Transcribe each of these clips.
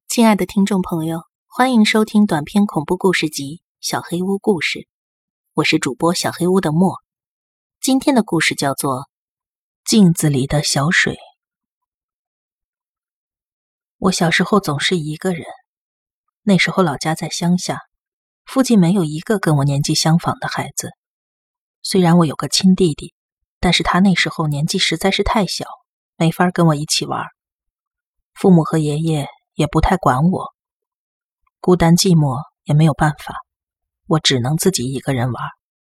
亲爱的听众朋友，欢迎收听短篇恐怖故事集《小黑屋故事》，我是主播小黑屋的莫。今天的故事叫做《镜子里的小水》。我小时候总是一个人，那时候老家在乡下，附近没有一个跟我年纪相仿的孩子。虽然我有个亲弟弟，但是他那时候年纪实在是太小，没法跟我一起玩。父母和爷爷也不太管我，孤单寂寞也没有办法，我只能自己一个人玩。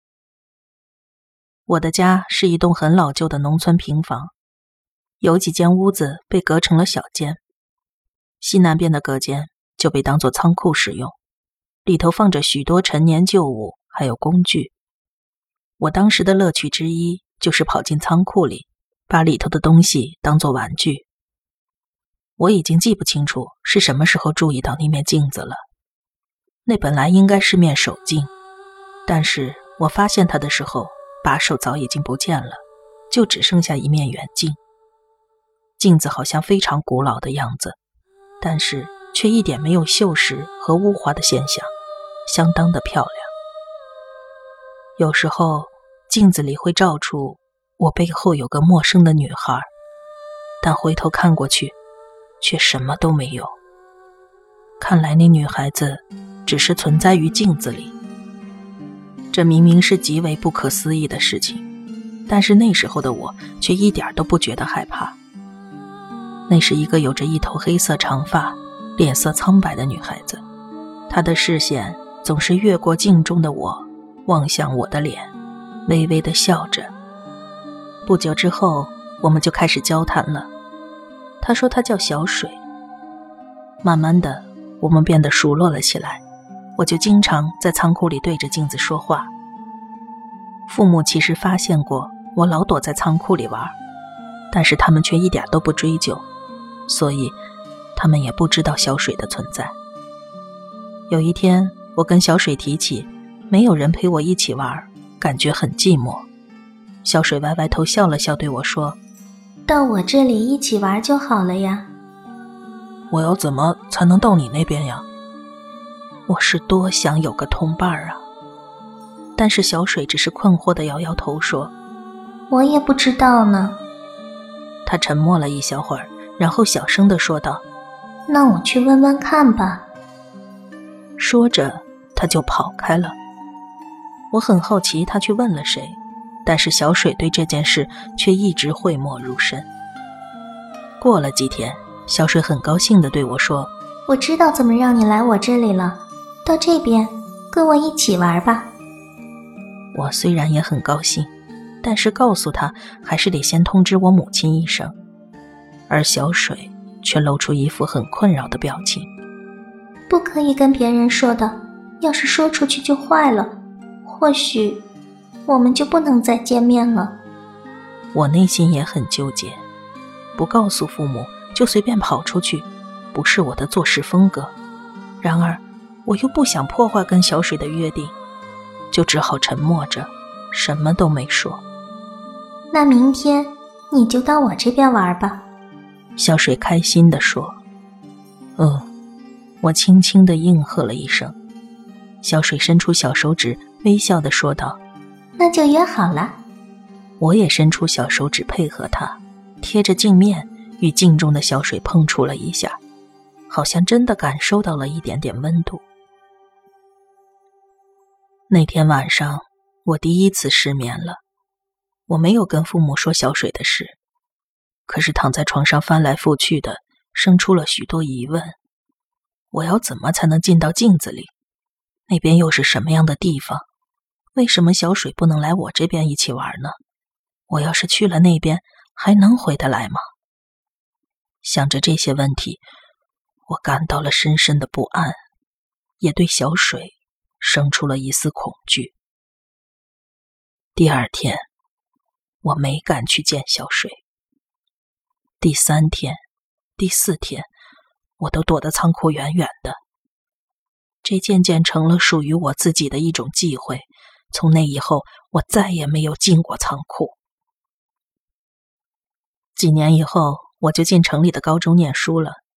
我的家是一栋很老旧的农村平房，有几间屋子被隔成了小间，西南边的隔间就被当作仓库使用，里头放着许多陈年旧物还有工具。我当时的乐趣之一就是跑进仓库里，把里头的东西当作玩具。我已经记不清楚是什么时候注意到那面镜子了，那本来应该是面手镜，但是我发现它的时候，把手早已经不见了，就只剩下一面圆镜。镜子好像非常古老的样子，但是却一点没有锈蚀和污滑的现象，相当的漂亮。有时候镜子里会照出我背后有个陌生的女孩，但回头看过去却什么都没有。看来那女孩子只是存在于镜子里。这明明是极为不可思议的事情，但是那时候的我却一点都不觉得害怕。那是一个有着一头黑色长发、脸色苍白的女孩子，她的视线总是越过镜中的我，望向我的脸，微微地笑着。不久之后，我们就开始交谈了。他说他叫小水。慢慢的，我们变得熟络了起来，我就经常在仓库里对着镜子说话。父母其实发现过我老躲在仓库里玩，但是他们却一点都不追究，所以他们也不知道小水的存在。有一天，我跟小水提起没有人陪我一起玩，感觉很寂寞。小水歪歪头笑了笑，对我说， 到我这里一起玩就好了呀。 我要怎么才能到你那边呀？ 我是多想有个同伴啊。但是小水只是困惑地摇摇头说， 我也不知道呢。 他沉默了一小会儿，然后小声地说道， 那我去问问看吧。 说着他就跑开了。我很好奇他去问了谁，但是小水对这件事却一直讳莫如深。过了几天，小水很高兴地对我说， 我知道怎么让你来我这里了，到这边跟我一起玩吧。 我虽然也很高兴，但是告诉他还是得先通知我母亲一声，而小水却露出一副很困扰的表情。 不可以跟别人说的，要是说出去就坏了，或许我们就不能再见面了。 我内心也很纠结，不告诉父母就随便跑出去，不是我的做事风格。然而我又不想破坏跟小水的约定，就只好沉默着，什么都没说。 那明天你就到我这边玩吧。 小水开心地说。我轻轻地应和了一声。小水伸出小手指，微笑地说道， 那就约好了。 我也伸出小手指配合他，贴着镜面与镜中的小水碰触了一下，好像真的感受到了一点点温度。那天晚上我第一次失眠了，我没有跟父母说小水的事，可是躺在床上翻来覆去的，生出了许多疑问。我要怎么才能进到镜子里？那边又是什么样的地方？为什么小水不能来我这边一起玩呢？我要是去了那边，还能回得来吗？想着这些问题，我感到了深深的不安，也对小水生出了一丝恐惧。第二天，我没敢去见小水。第3天、第4天，我都躲得仓库远远的。这渐渐成了属于我自己的一种忌讳，从那以后，我再也没有进过仓库。几年以后，我就进城里的高中念书了。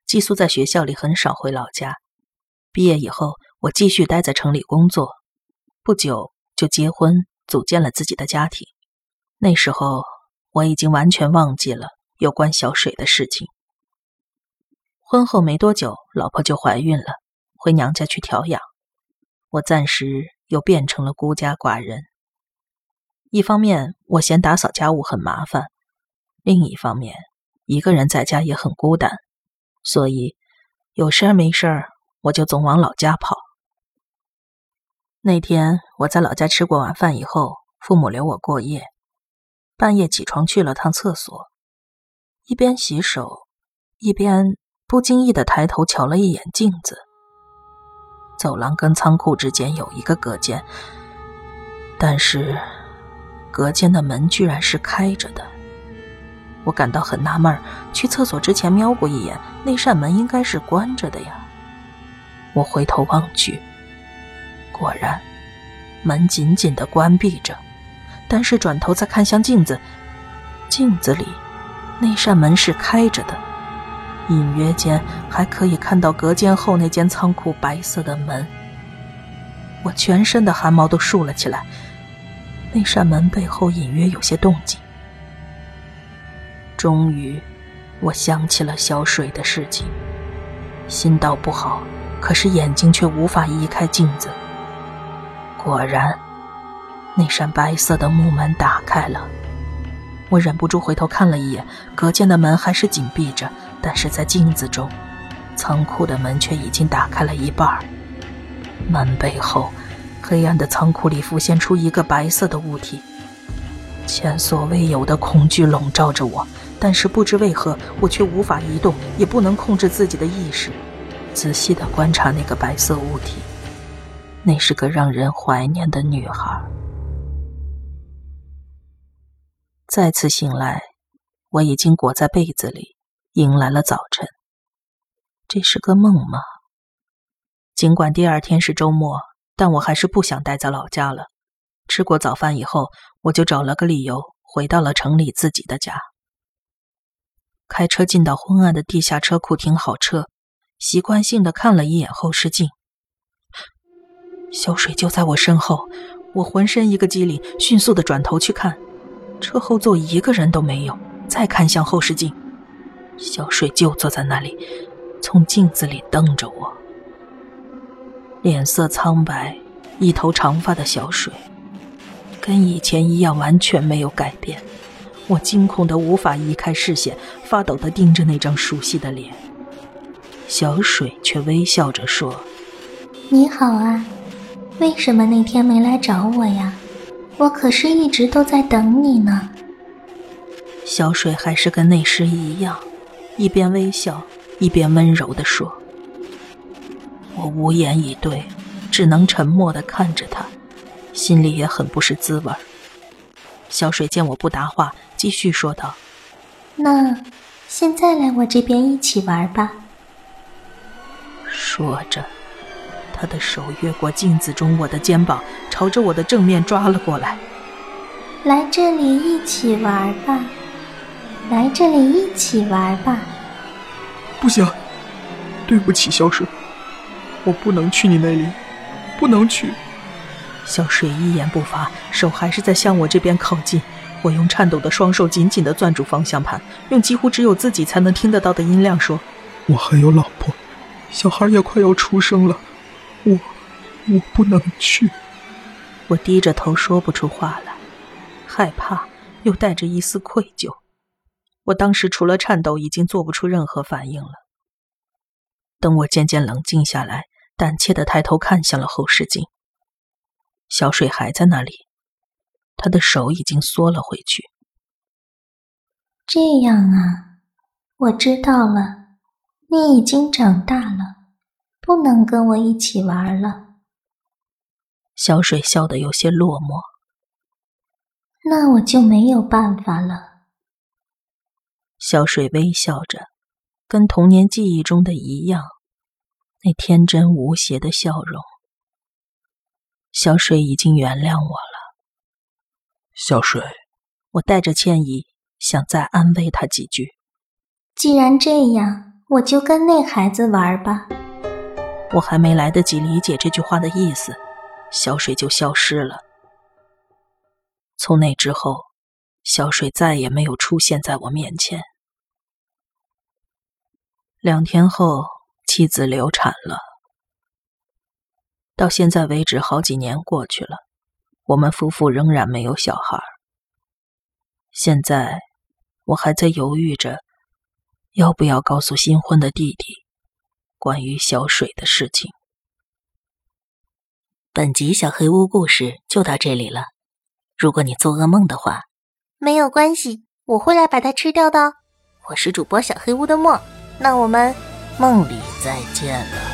寄宿在学校里，很少回老家。毕业以后，我继续待在城里工作，不久就结婚，组建了自己的家庭。那时候我已经完全忘记了有关小水的事情。婚后没多久，老婆就怀孕了，回娘家去调养。我暂时又变成了孤家寡人。一方面我嫌打扫家务很麻烦，另一方面一个人在家也很孤单，所以有事儿没事儿我就总往老家跑。那天我在老家吃过晚饭以后，父母留我过夜，半夜起床去了趟厕所，一边洗手一边不经意地抬头瞧了一眼镜子。走廊跟仓库之间有一个隔间，但是隔间的门居然是开着的。我感到很纳闷，去厕所之前瞄过一眼，那扇门应该是关着的呀。我回头望去，果然门紧紧地关闭着，但是转头再看向镜子，镜子里那扇门是开着的，隐约间还可以看到隔间后那间仓库白色的门。我全身的汗毛都竖了起来，那扇门背后隐约有些动静。终于我想起了小水的事情，心道不好，可是眼睛却无法移开镜子。果然那扇白色的木门打开了，我忍不住回头看了一眼，隔间的门还是紧闭着，但是在镜子中，仓库的门却已经打开了一半。门背后黑暗的仓库里浮现出一个白色的物体，前所未有的恐惧笼罩着我，但是不知为何我却无法移动，也不能控制自己的意识，仔细地观察那个白色物体。那是个让人怀念的女孩。再次醒来，我已经裹在被子里，迎来了早晨。这是个梦吗？尽管第二天是周末，但我还是不想待在老家了。吃过早饭以后，我就找了个理由回到了城里自己的家。开车进到昏暗的地下车库停好车，习惯性地看了一眼后视镜，小水就在我身后。我浑身一个机灵，迅速地转头去看，车后座一个人都没有。再看向后视镜，小水就坐在那里，从镜子里瞪着我。脸色苍白，一头长发的小水跟以前一样完全没有改变。我惊恐得无法移开视线，发抖地盯着那张熟悉的脸。小水却微笑着说： 你好啊，为什么那天没来找我呀？我可是一直都在等你呢。 小水还是跟那时一样，一边微笑一边温柔地说。我无言以对，只能沉默地看着他，心里也很不是滋味。小水见我不答话，继续说道： 那现在来我这边一起玩吧。 说着，他的手越过镜子中我的肩膀，朝着我的正面抓了过来。 来这里一起玩吧，来这里一起玩吧。 不行，对不起小水，我不能去你那里，不能去。 小水一言不发，手还是在向我这边靠近。我用颤抖的双手紧紧地攥住方向盘，用几乎只有自己才能听得到的音量说： 我还有老婆，小孩也快要出生了，我不能去。 我低着头说不出话来，害怕又带着一丝愧疚。我当时除了颤抖已经做不出任何反应了。等我渐渐冷静下来，胆怯地抬头看向了后视镜，小水还在那里，他的手已经缩了回去。 这样啊，我知道了，你已经长大了，不能跟我一起玩了。 小水笑得有些落寞。 那我就没有办法了。 小水微笑着，跟童年记忆中的一样，那天真无邪的笑容。小水已经原谅我了。 小水， 我带着歉意，想再安慰他几句。 既然这样， 我就跟那孩子玩吧。 我还没来得及理解这句话的意思，小水就消失了。从那之后，小水再也没有出现在我面前。2天后，妻子流产了。到现在为止，好几年过去了，我们夫妇仍然没有小孩。现在，我还在犹豫着，要不要告诉新婚的弟弟关于小水的事情。 本集小黑屋故事就到这里了。如果你做噩梦的话， 没有关系，我会来把它吃掉的。 我是主播小黑屋的墨，那我们梦里再见了。